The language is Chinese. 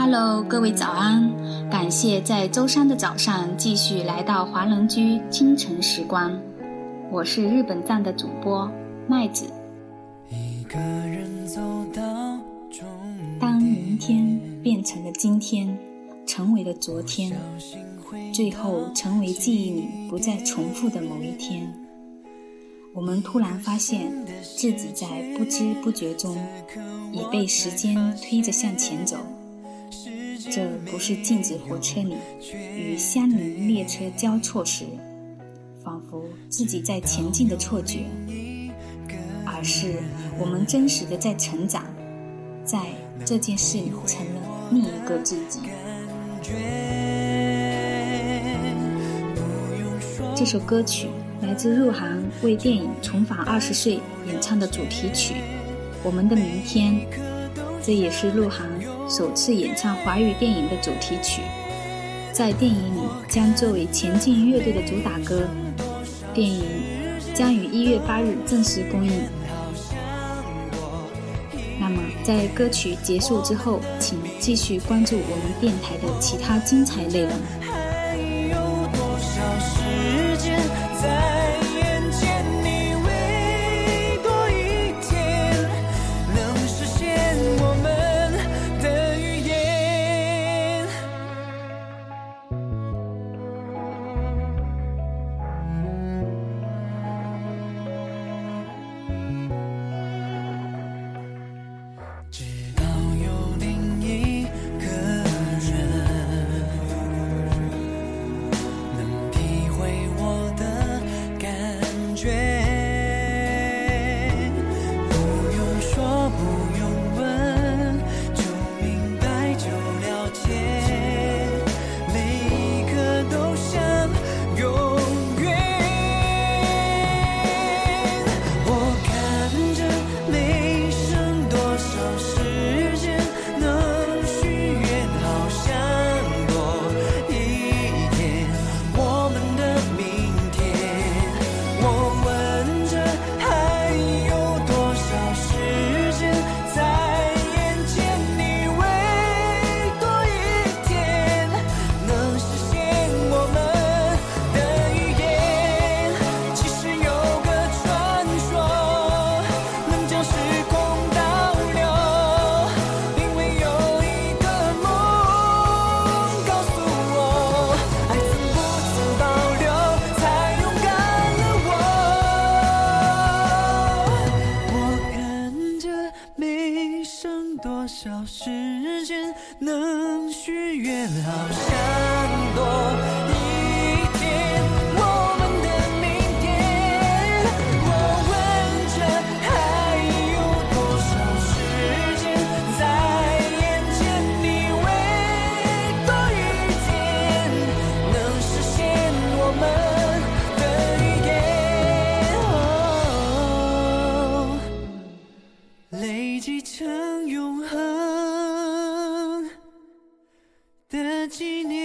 Hello， 各位早安！感谢在周三的早上继续来到华人居清晨时光，我是日本站的主播麦子。当明天变成了今天，成为了昨天，最后成为记忆里不再重复的某一天，我们突然发现自己在不知不觉中已被时间推着向前走。这不是静止火车里与相邻列车交错时仿佛自己在前进的错觉，而是我们真实的在成长，在这件事里成了另一个自己。这首歌曲来自鹿晗为电影《重返20岁》演唱的主题曲《我们的明天》，这也是鹿晗首次演唱华语电影的主题曲，在电影里将作为前进乐队的主打歌。电影将于1月8日正式公映。那么在歌曲结束之后，请继续关注我们电台的其他精彩内容。 还有多少时间在眼前，你为多一天能实现我们的预言。直到有另一个人能体会我的感觉，不用说不用问，就明白就了解，每一刻都像永远。我看着每剩多少时间能许愿，好像多一天我们的明天。我问着还有多少时间在眼前，你为多一天能实现我们的预言。其实有个传说能将时空倒流，因为有一个梦告诉我，爱曾不曾保留，才勇敢了我。我看着没剩多少时间能许愿，好像多一天我们的明天。我问着还有多少时间在眼前，你为多一天能实现我们的预言。累积成永恒的纪念。